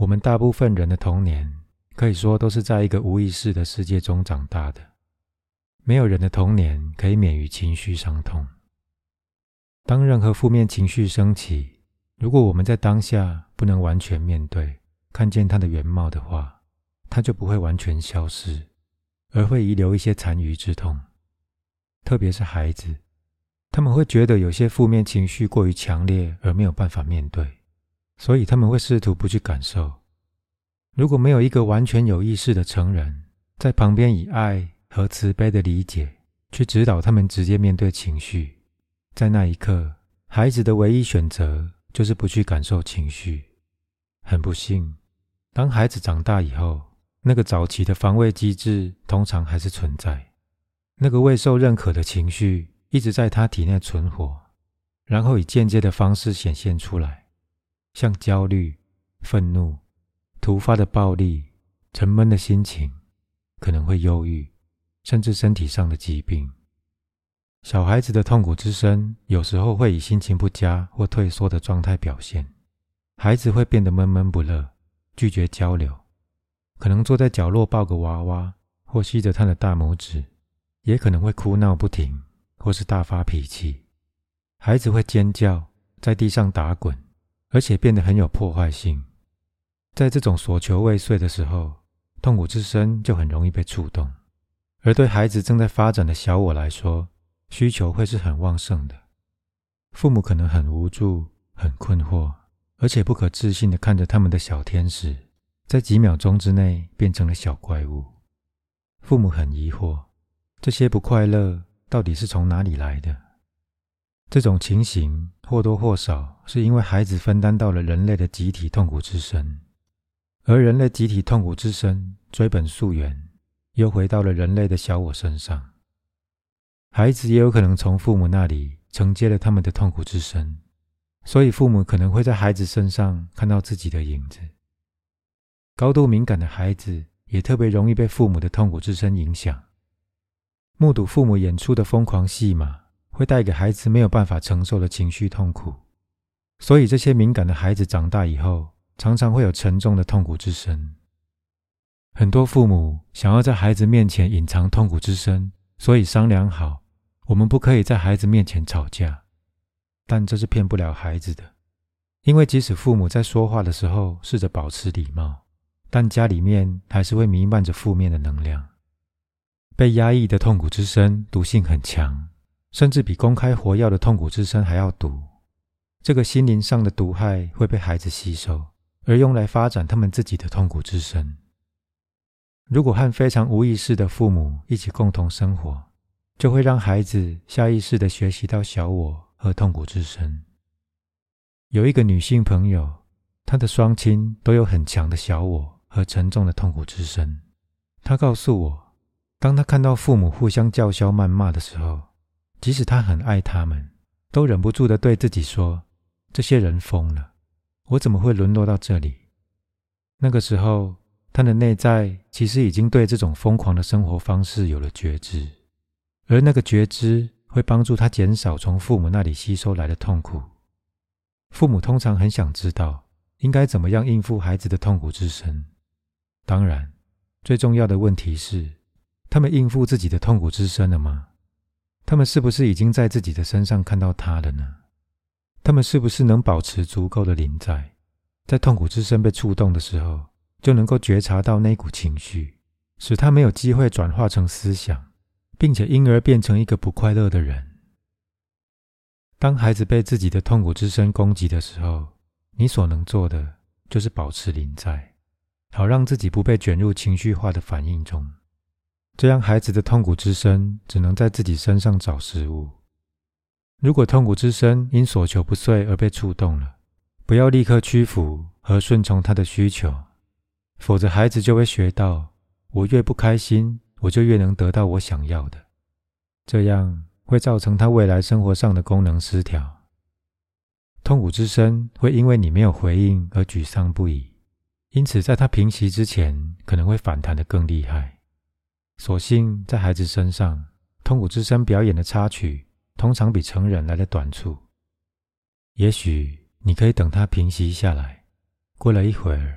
我们大部分人的童年可以说都是在一个无意识的世界中长大的，没有人的童年可以免于情绪伤痛。当任何负面情绪升起，如果我们在当下不能完全面对，看见它的原貌的话，它就不会完全消失，而会遗留一些残余之痛。特别是孩子，他们会觉得有些负面情绪过于强烈而没有办法面对，所以他们会试图不去感受。如果没有一个完全有意识的成人在旁边以爱和慈悲的理解去指导他们直接面对情绪，在那一刻，孩子的唯一选择就是不去感受情绪。很不幸，当孩子长大以后，那个早期的防卫机制通常还是存在，那个未受认可的情绪一直在他体内存活，然后以间接的方式显现出来，像焦虑、愤怒、突发的暴力、沉闷的心情，可能会忧郁，甚至身体上的疾病。小孩子的痛苦之声有时候会以心情不佳或退缩的状态表现，孩子会变得闷闷不乐，拒绝交流，可能坐在角落抱个娃娃，或吸着他的大拇指，也可能会哭闹不停，或是大发脾气。孩子会尖叫，在地上打滚，而且变得很有破坏性。在这种所求未遂的时候，痛苦之声就很容易被触动，而对孩子正在发展的小我来说，需求会是很旺盛的。父母可能很无助、很困惑，而且不可置信地看着他们的小天使在几秒钟之内变成了小怪物。父母很疑惑，这些不快乐到底是从哪里来的？这种情形或多或少是因为孩子分担到了人类的集体痛苦之声，而人类集体痛苦之声追本溯源，又回到了人类的小我身上。孩子也有可能从父母那里承接了他们的痛苦之声，所以父母可能会在孩子身上看到自己的影子。高度敏感的孩子也特别容易被父母的痛苦之声影响。目睹父母演出的疯狂戏码，会带给孩子没有办法承受的情绪痛苦，所以这些敏感的孩子长大以后，常常会有沉重的痛苦之声。很多父母想要在孩子面前隐藏痛苦之声，所以商量好，我们不可以在孩子面前吵架。但这是骗不了孩子的，因为即使父母在说话的时候试着保持礼貌，但家里面还是会弥漫着负面的能量。被压抑的痛苦之声毒性很强，甚至比公开活跃的痛苦之声还要毒。这个心灵上的毒害会被孩子吸收，而用来发展他们自己的痛苦之声。如果和非常无意识的父母一起共同生活，就会让孩子下意识地学习到小我和痛苦之声。有一个女性朋友，她的双亲都有很强的小我和沉重的痛苦之声。她告诉我，当她看到父母互相叫嚣谩骂的时候，即使她很爱他们，都忍不住地对自己说，这些人疯了，我怎么会沦落到这里？那个时候，她的内在其实已经对这种疯狂的生活方式有了觉知，而那个觉知会帮助她减少从父母那里吸收来的痛苦。父母通常很想知道应该怎么样应付孩子的痛苦之声。当然，最重要的问题是，他们应付自己的痛苦之声了吗？他们是不是已经在自己的身上看到它了呢？他们是不是能保持足够的临在痛苦之声被触动的时候，就能够觉察到那股情绪，使它没有机会转化成思想，并且因而变成一个不快乐的人？当孩子被自己的痛苦之声攻击的时候，你所能做的就是保持临在，好让自己不被卷入情绪化的反应中。这样孩子的痛苦之声只能在自己身上找食物。如果痛苦之声因所求不遂而被触动了，不要立刻屈服和顺从他的需求，否则孩子就会学到，我越不开心，我就越能得到我想要的。这样会造成他未来生活上的功能失调。痛苦之声会因为你没有回应而沮丧不已，因此在他平息之前可能会反弹得更厉害。所幸在孩子身上，痛苦之声表演的插曲通常比成人来的短促。也许你可以等他平息下来，过了一会儿，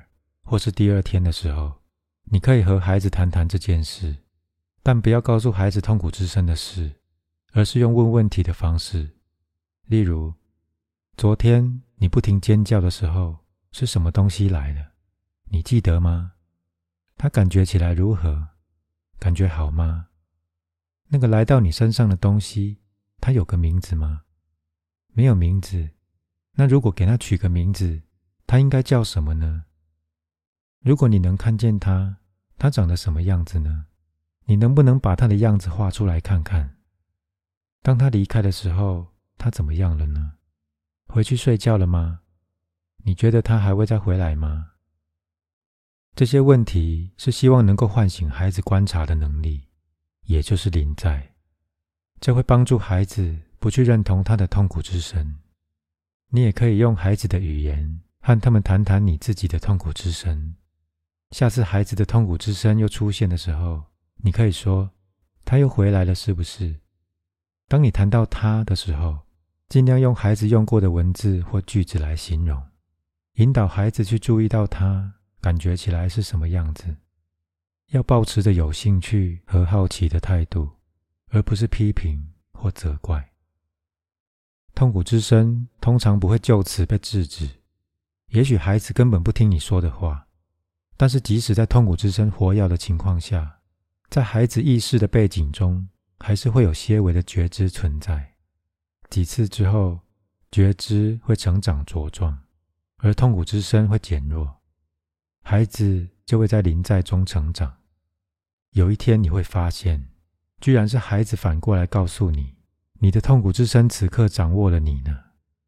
或是第二天的时候，你可以和孩子谈谈这件事，但不要告诉孩子痛苦之声的事，而是用问问题的方式。例如，昨天你不停尖叫的时候，是什么东西来了？你记得吗？它感觉起来如何？感觉好吗？那个来到你身上的东西，它有个名字吗？没有名字。那如果给它取个名字，它应该叫什么呢？如果你能看见它，它长得什么样子呢？你能不能把它的样子画出来看看？当它离开的时候，它怎么样了呢？回去睡觉了吗？你觉得它还会再回来吗？这些问题是希望能够唤醒孩子观察的能力，也就是临在。这会帮助孩子不去认同他的痛苦之声。你也可以用孩子的语言和他们谈谈你自己的痛苦之声。下次孩子的痛苦之声又出现的时候，你可以说，他又回来了是不是？当你谈到他的时候，尽量用孩子用过的文字或句子来形容，引导孩子去注意到他感觉起来是什么样子。要抱持着有兴趣和好奇的态度，而不是批评或责怪。痛苦之声通常不会就此被制止，也许孩子根本不听你说的话，但是即使在痛苦之声活跃的情况下，在孩子意识的背景中，还是会有些微的觉知存在。几次之后，觉知会成长茁壮，而痛苦之声会减弱，孩子就会在临在中成长。有一天你会发现，居然是孩子反过来告诉你，你的痛苦之声此刻掌握了你呢。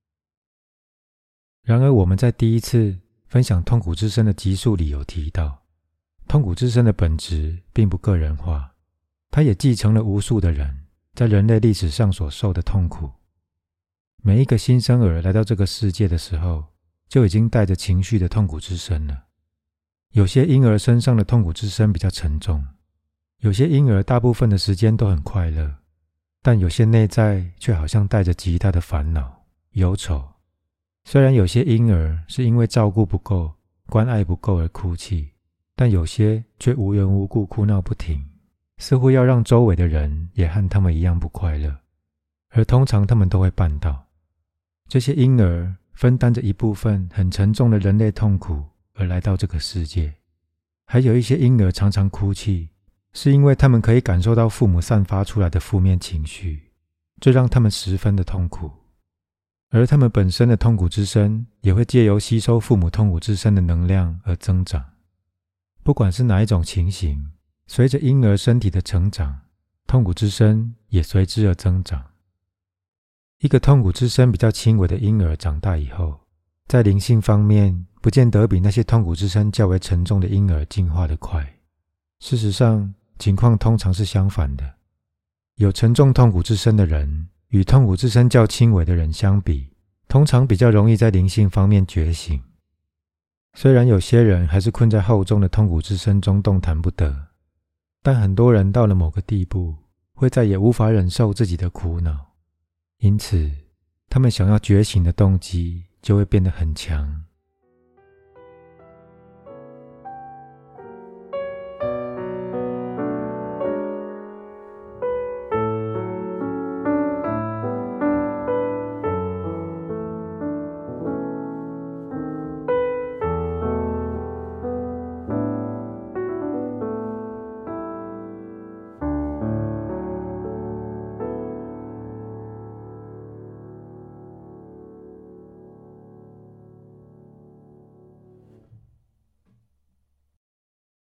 然而我们在第一次分享痛苦之声的集数里有提到，痛苦之声的本质并不个人化，它也继承了无数的人在人类历史上所受的痛苦。每一个新生儿来到这个世界的时候，就已经带着情绪的痛苦之声了。有些婴儿身上的痛苦之声比较沉重，有些婴儿大部分的时间都很快乐，但有些内在却好像带着极大的烦恼、忧愁。虽然有些婴儿是因为照顾不够、关爱不够而哭泣，但有些却无缘无故哭闹不停，似乎要让周围的人也和他们一样不快乐，而通常他们都会办到。这些婴儿分担着一部分很沉重的人类痛苦而来到这个世界。还有一些婴儿常常哭泣，是因为他们可以感受到父母散发出来的负面情绪，这让他们十分的痛苦。而他们本身的痛苦之声也会借由吸收父母痛苦之声的能量而增长。不管是哪一种情形，随着婴儿身体的成长，痛苦之声也随之而增长。一个痛苦之声比较轻微的婴儿长大以后，在灵性方面不见得比那些痛苦之声较为沉重的婴儿进化得快。事实上，情况通常是相反的。有沉重痛苦之声的人与痛苦之声较轻微的人相比，通常比较容易在灵性方面觉醒。虽然有些人还是困在厚重的痛苦之声中动弹不得，但很多人到了某个地步，会再也无法忍受自己的苦恼，因此他们想要觉醒的动机就会变得很强